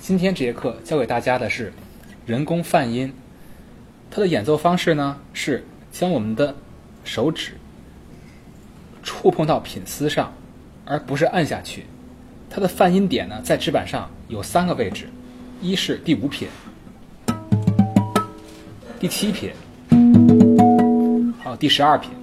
今天这节课教给大家的是人工泛音，它的演奏方式呢是将我们的手指触碰到品丝上，而不是按下去。它的泛音点呢在指板上有3个位置，一是第5品、第7品，还有第12品。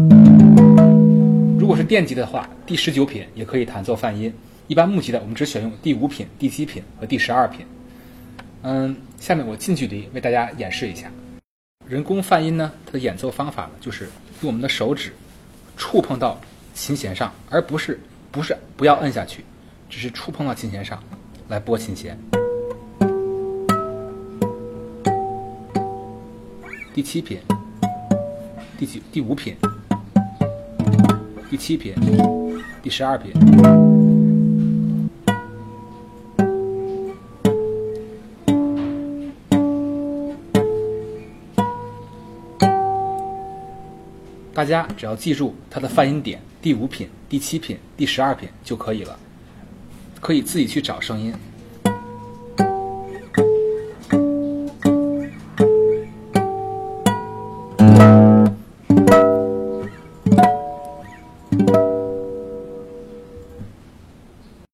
如果是电吉的话，第19品也可以弹奏泛音。一般木吉的我们只选用第5品、第7品和第12品。下面我近距离为大家演示一下人工泛音呢。它的演奏方法呢，就是用我们的手指触碰到琴弦上，而不要摁下去，只是触碰到琴弦上来拨琴弦。第7品、第5品、第7品、第12品。大家只要记住它的泛音点第5品、第7品、第12品就可以了，可以自己去找声音。